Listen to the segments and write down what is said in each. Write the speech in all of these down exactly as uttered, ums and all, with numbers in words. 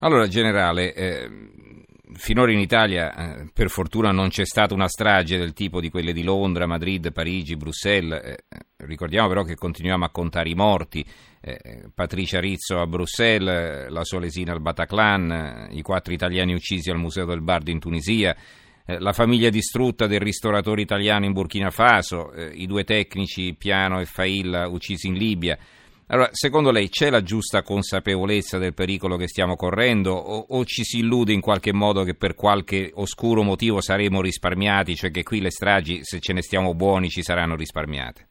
Allora, generale, eh, finora in Italia eh, per fortuna non c'è stata una strage del tipo di quelle di Londra, Madrid, Parigi, Bruxelles. Eh, ricordiamo però che continuiamo a contare i morti. Eh, Patricia Rizzo a Bruxelles, la Solesina al Bataclan, eh, i quattro italiani uccisi al Museo del Bardo in Tunisia, eh, la famiglia distrutta del ristoratore italiano in Burkina Faso, eh, i due tecnici Piano e Failla uccisi in Libia. Allora, secondo lei c'è la giusta consapevolezza del pericolo che stiamo correndo o, o ci si illude in qualche modo che per qualche oscuro motivo saremo risparmiati, cioè che qui le stragi, se ce ne stiamo buoni, ci saranno risparmiate?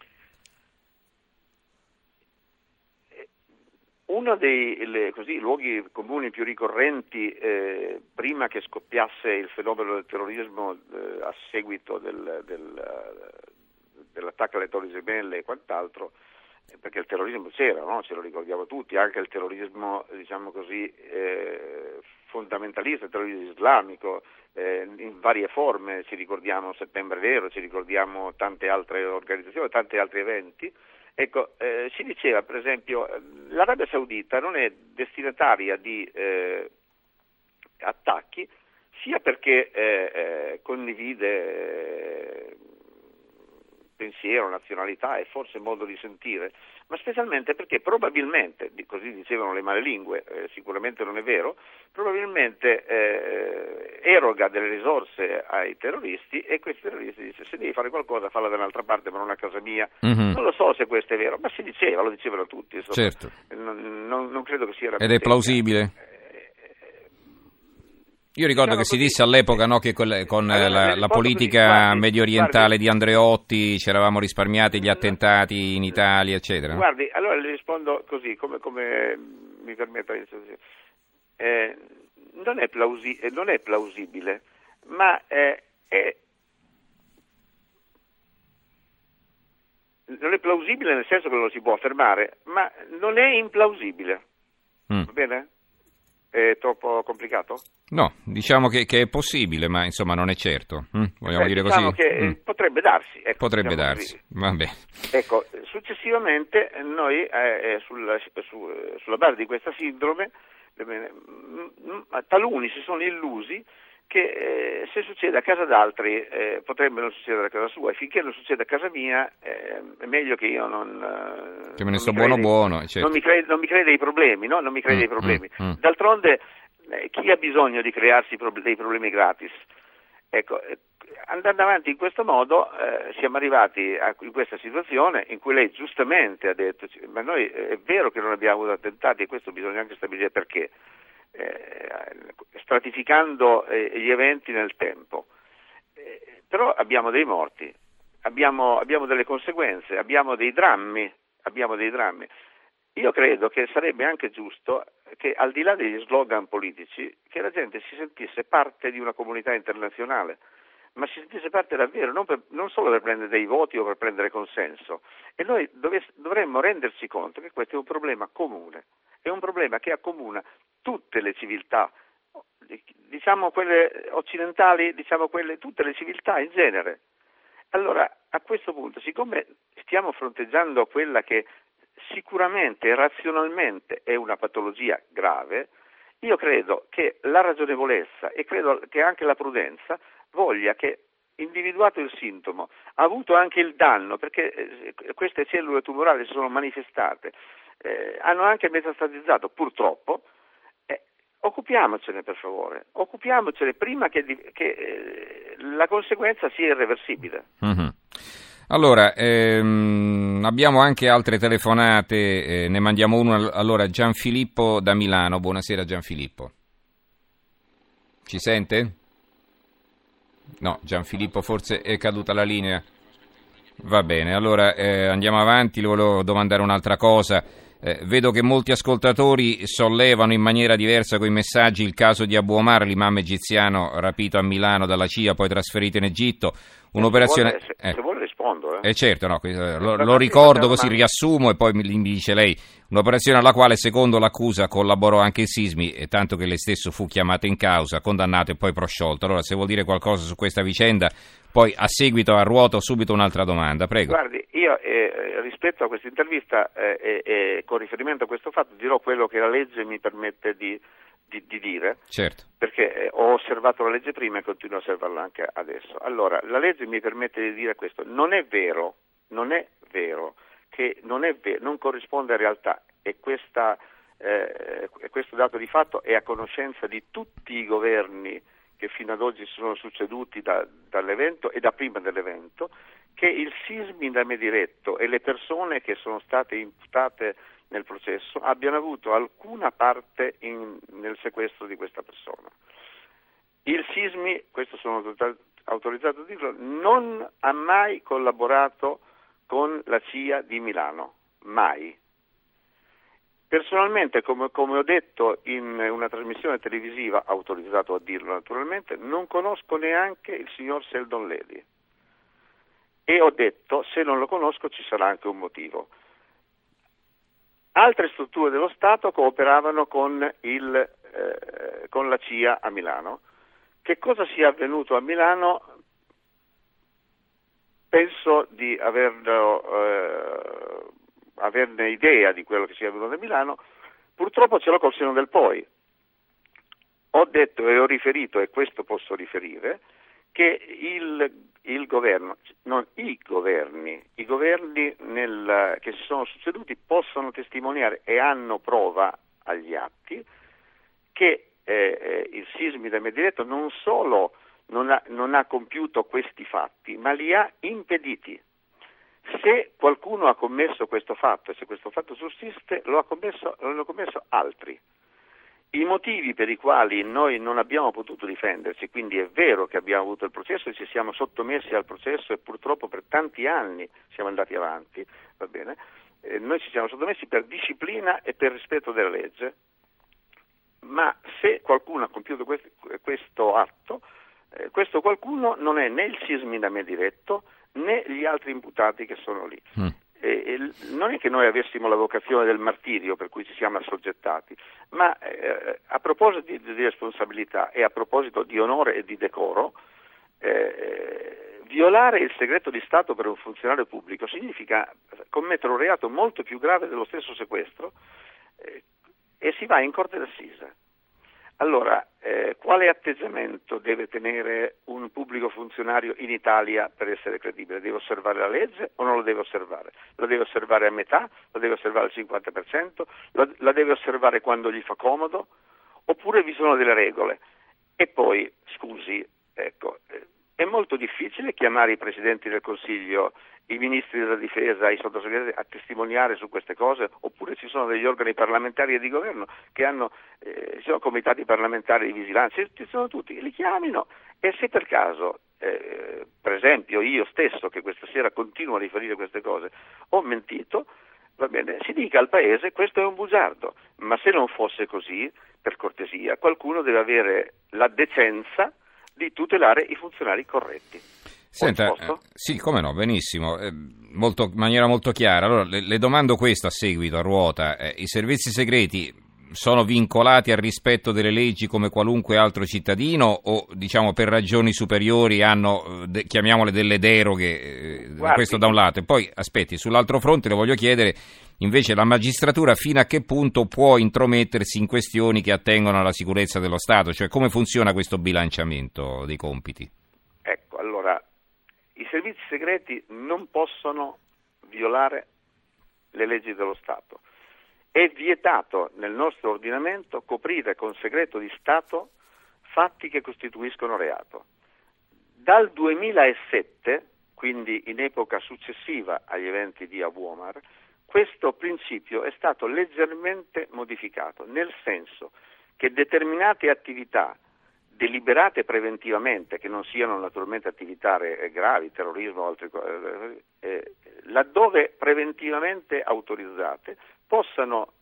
Uno dei le, così, luoghi comuni più ricorrenti eh, prima che scoppiasse il fenomeno del terrorismo eh, a seguito del, del, dell'attacco alle Torri Gemelle e quant'altro, perché il terrorismo c'era, no? Ce lo ricordiamo tutti, anche il terrorismo, diciamo così, eh, fondamentalista, il terrorismo islamico, eh, in varie forme, ci ricordiamo Settembre Nero, ci ricordiamo tante altre organizzazioni, tanti altri eventi. Ecco, eh, si diceva per esempio l'Arabia Saudita non è destinataria di eh, attacchi sia perché eh, eh, condivide eh, pensiero, nazionalità e forse modo di sentire, ma specialmente perché probabilmente, così dicevano le malelingue, eh, sicuramente non è vero, probabilmente eh, eroga delle risorse ai terroristi e questi terroristi dice se devi fare qualcosa falla da un'altra parte ma non a casa mia. Mm-hmm. Non lo so se questo è vero, ma si diceva, lo dicevano tutti. Insomma, certo. non, non, non credo che sia... Ed è plausibile? Io ricordo diciamo che così, si disse all'epoca no, che con, con allora, la, la politica così, guardi, medio orientale guardi, di Andreotti ci eravamo risparmiati gli attentati in Italia, eccetera. Guardi, allora le rispondo così, come, come mi permetta di dire. Eh, non, è plausi- non è plausibile, ma eh, è, non è plausibile nel senso che non lo si può affermare, ma non è implausibile. Mm. Va bene? È troppo complicato? No, diciamo che, che è possibile, ma insomma non è certo. Mm? Vogliamo Beh, dire diciamo così? Che mm. potrebbe darsi. Ecco, potrebbe diciamo darsi, vabbè. Ecco, successivamente noi eh, sulla, su, sulla base di questa sindrome taluni si sono illusi che eh, se succede a casa d'altri eh, potrebbe non succedere a casa sua e finché non succede a casa mia eh, è meglio che io non eh, che me ne sto buono crei, buono certo. non, mi crei, non mi crei dei problemi no? non mi crei mm, dei problemi mm, mm. D'altronde eh, chi ha bisogno di crearsi pro- dei problemi gratis? Ecco, eh, andando avanti in questo modo eh, siamo arrivati a in questa situazione in cui lei giustamente ha detto ma noi eh, è vero che non abbiamo avuto attentati e questo bisogna anche stabilire perché. Eh, stratificando eh, gli eventi nel tempo, eh, però abbiamo dei morti, abbiamo, abbiamo delle conseguenze, abbiamo dei drammi, abbiamo dei drammi. Io credo che sarebbe anche giusto che al di là degli slogan politici che la gente si sentisse parte di una comunità internazionale, ma si sentisse parte davvero, non, per, non solo per prendere dei voti o per prendere consenso. E noi dove, dovremmo renderci conto che questo è un problema comune, è un problema che accomuna tutte le civiltà, diciamo quelle occidentali, diciamo quelle, tutte le civiltà in genere. Allora, a questo punto, siccome stiamo fronteggiando quella che sicuramente e razionalmente è una patologia grave, io credo che la ragionevolezza e credo che anche la prudenza voglia che, individuato il sintomo, ha avuto anche il danno, perché eh, queste cellule tumorali si sono manifestate, eh, hanno anche metastatizzato purtroppo, eh, occupiamocene per favore, occupiamocene prima che, di, che eh, la conseguenza sia irreversibile. Mm-hmm. Allora, ehm, abbiamo anche altre telefonate, eh, ne mandiamo una. Allora, Gianfilippo da Milano, buonasera Gianfilippo. Ci sente? No, Gianfilippo forse è caduta la linea. Va bene, allora eh, andiamo avanti, le volevo domandare un'altra cosa. Eh, vedo che molti ascoltatori sollevano in maniera diversa coi messaggi il caso di Abu Omar, l'imam egiziano rapito a Milano dalla C I A, poi trasferito in Egitto. Un'operazione... Se vuole, se, eh. se vuole rispondo. Eh, eh certo, no, lo, lo ricordo così, riassumo e poi mi, mi dice lei. Un'operazione alla quale, secondo l'accusa, collaborò anche il Sismi, e tanto che lei stesso fu chiamato in causa, condannato e poi prosciolto. Allora, se vuol dire qualcosa su questa vicenda, poi a seguito a ruoto subito un'altra domanda, prego. Guardi, io eh, rispetto a questa intervista eh, eh, con riferimento a questo fatto dirò quello che la legge mi permette di, di, di dire, certo. Perché eh, ho osservato la legge prima e continuo a osservarla anche adesso. Allora, la legge mi permette di dire questo: non è vero, non è vero che non, è ver- non corrisponde a realtà, e questa, eh, questo dato di fatto è a conoscenza di tutti i governi che fino ad oggi si sono succeduti da, dall'evento e da prima dell'evento, che il sismi da me diretto e le persone che sono state imputate nel processo abbiano avuto alcuna parte in, nel sequestro di questa persona. Il sismi, questo sono autorizzato a dirlo, non ha mai collaborato con la C I A di Milano, mai. Personalmente, come, come ho detto in una trasmissione televisiva, autorizzato a dirlo naturalmente, non conosco neanche il signor Seldon Levi. E ho detto, se non lo conosco ci sarà anche un motivo. Altre strutture dello Stato cooperavano con, il, eh, con la C I A a Milano. Che cosa sia avvenuto a Milano? Penso di averlo, eh, averne idea di quello che sia avvenuto a Milano. Purtroppo ce l'ho col seno del poi. Ho detto e ho riferito, e questo posso riferire, che il, il governo, non i governi, i governi nel, che si sono succeduti possono testimoniare e hanno prova agli atti che eh, il sismi da me diretto non solo non ha, non ha compiuto questi fatti, ma li ha impediti. Se qualcuno ha commesso questo fatto e se questo fatto sussiste, lo ha commesso, lo hanno commesso altri. I motivi per i quali noi non abbiamo potuto difenderci, quindi è vero che abbiamo avuto il processo e ci siamo sottomessi al processo e purtroppo per tanti anni siamo andati avanti, va bene? Eh, noi ci siamo sottomessi per disciplina e per rispetto della legge, ma se qualcuno ha compiuto questo, questo atto, eh, questo qualcuno non è né il sismi da me diretto né gli altri imputati che sono lì. Mm. Eh, non è che noi avessimo la vocazione del martirio per cui ci siamo assoggettati, ma eh, a proposito di, di responsabilità e a proposito di onore e di decoro, eh, violare il segreto di Stato per un funzionario pubblico significa commettere un reato molto più grave dello stesso sequestro, eh, e si va in corte d'assise. Allora, eh, quale atteggiamento deve tenere un pubblico funzionario in Italia per essere credibile? Deve osservare la legge o non lo deve osservare? Lo deve osservare a metà? Lo deve osservare al cinquanta per cento? Lo, la deve osservare quando gli fa comodo? Oppure vi sono delle regole? E poi, scusi, ecco, eh, è molto difficile chiamare i presidenti del Consiglio, i ministri della difesa, i sottosegretari a testimoniare su queste cose, oppure ci sono degli organi parlamentari e di governo che hanno, eh, ci sono comitati parlamentari di vigilanza, ci sono tutti, li chiamino, e se per caso, eh, per esempio io stesso che questa sera continuo a riferire queste cose, ho mentito, va bene, si dica al Paese questo è un bugiardo, ma se non fosse così, per cortesia, qualcuno deve avere la decenza di tutelare i funzionari corretti. Senta, eh, sì, come no, benissimo, eh, molto, in maniera molto chiara. Allora, le, le domando questo a seguito, a ruota. Eh, I servizi segreti sono vincolati al rispetto delle leggi come qualunque altro cittadino o, diciamo, per ragioni superiori hanno, de, chiamiamole, delle deroghe? Eh, questo da un lato. E poi, aspetti, sull'altro fronte le voglio chiedere, invece, la magistratura fino a che punto può intromettersi in questioni che attengono alla sicurezza dello Stato? Cioè, come funziona questo bilanciamento dei compiti? Ecco, allora, i servizi segreti non possono violare le leggi dello Stato. È vietato nel nostro ordinamento coprire con segreto di Stato fatti che costituiscono reato. Dal duemilasette, quindi in epoca successiva agli eventi di Abu Omar, questo principio è stato leggermente modificato, nel senso che determinate attività deliberate preventivamente, che non siano naturalmente attività gravi, terrorismo o altre cose, eh, laddove preventivamente autorizzate, possano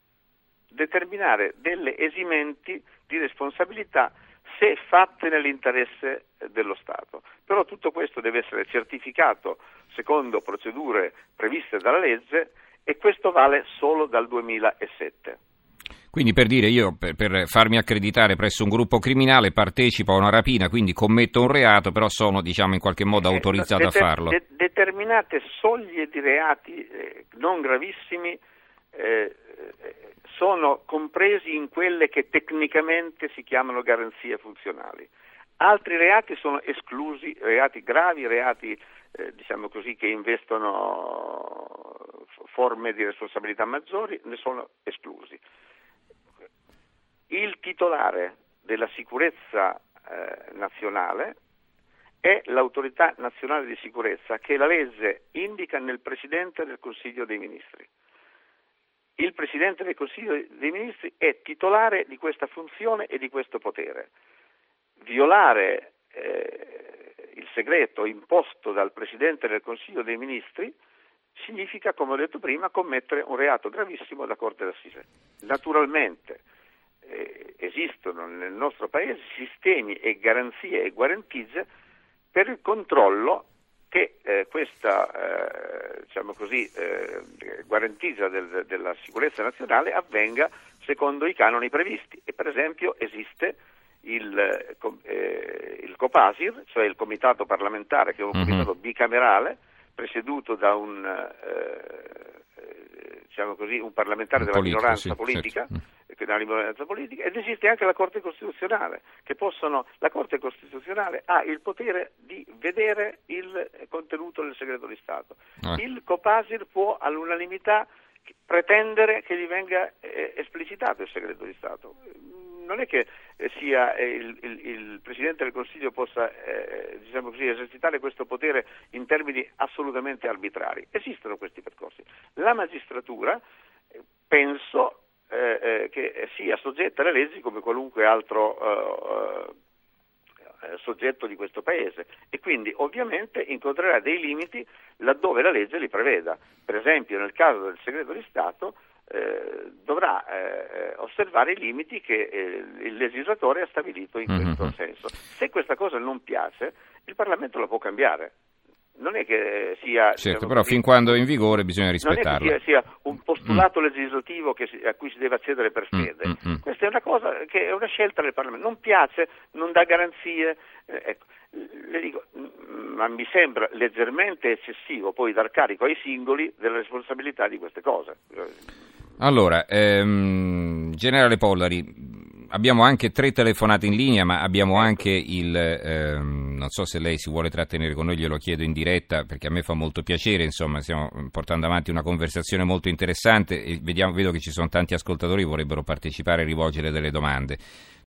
determinare delle esimenti di responsabilità se fatte nell'interesse dello Stato. Però tutto questo deve essere certificato secondo procedure previste dalla legge e questo vale solo dal duemilasette. Quindi, per dire, io per, per farmi accreditare presso un gruppo criminale partecipo a una rapina, quindi commetto un reato, però sono, diciamo, in qualche modo autorizzato eh, deter- a farlo. De- determinate soglie di reati eh, non gravissimi eh, sono compresi in quelle che tecnicamente si chiamano garanzie funzionali. Altri reati sono esclusi, reati gravi, reati eh, diciamo così che investono forme di responsabilità maggiori, ne sono esclusi. Il titolare della sicurezza eh, nazionale è l'autorità nazionale di sicurezza che la legge indica nel Presidente del Consiglio dei Ministri. Il Presidente del Consiglio dei Ministri è titolare di questa funzione e di questo potere. Violare eh, il segreto imposto dal Presidente del Consiglio dei Ministri significa, come ho detto prima, commettere un reato gravissimo da Corte d'Assise. Naturalmente eh, esistono nel nostro Paese sistemi e garanzie e guarentigie per il controllo che eh, questa eh, diciamo così, eh, guarentigia del, della sicurezza nazionale avvenga secondo i canoni previsti. E per esempio esiste il, eh, il COPASIR, cioè il Comitato parlamentare, che è un mm-hmm. comitato bicamerale presieduto da un eh, diciamo così, un parlamentare della Politico, minoranza sì, politica, certo. della minoranza politica, ed esiste anche la Corte Costituzionale, che possono, la Corte Costituzionale ha il potere di vedere il contenuto del segreto di Stato. Eh. Il COPASIR può all'unanimità pretendere che gli venga eh, esplicitato il segreto di Stato. Non è che eh, sia eh, il, il, il Presidente del Consiglio possa eh, diciamo così, esercitare questo potere in termini assolutamente arbitrari. Esistono questi percorsi. La magistratura, eh, penso, eh, eh, che sia soggetta alle leggi come qualunque altro eh, eh, soggetto di questo Paese, e quindi ovviamente incontrerà dei limiti laddove la legge li preveda. Per esempio nel caso del segreto di Stato Eh, dovrà eh, osservare i limiti che eh, il legislatore ha stabilito in questo mm-hmm. senso. Se questa cosa non piace, il Parlamento la può cambiare. Non è che sia... Certo, diciamo, però fin quando è in vigore bisogna rispettarlo. Non è che sia, sia un postulato mm. legislativo che si, a cui si deve accedere per fede. Mm, mm, Questa è una cosa che è una scelta del Parlamento. Non piace, non dà garanzie. Eh, ecco, le dico, ma mi sembra leggermente eccessivo poi dar carico ai singoli della responsabilità di queste cose. Allora, ehm, Generale Pollari, abbiamo anche tre telefonate in linea, ma abbiamo anche il, ehm, non so se lei si vuole trattenere con noi, glielo chiedo in diretta, perché a me fa molto piacere, insomma, stiamo portando avanti una conversazione molto interessante e vediamo, vedo che ci sono tanti ascoltatori che vorrebbero partecipare e rivolgere delle domande.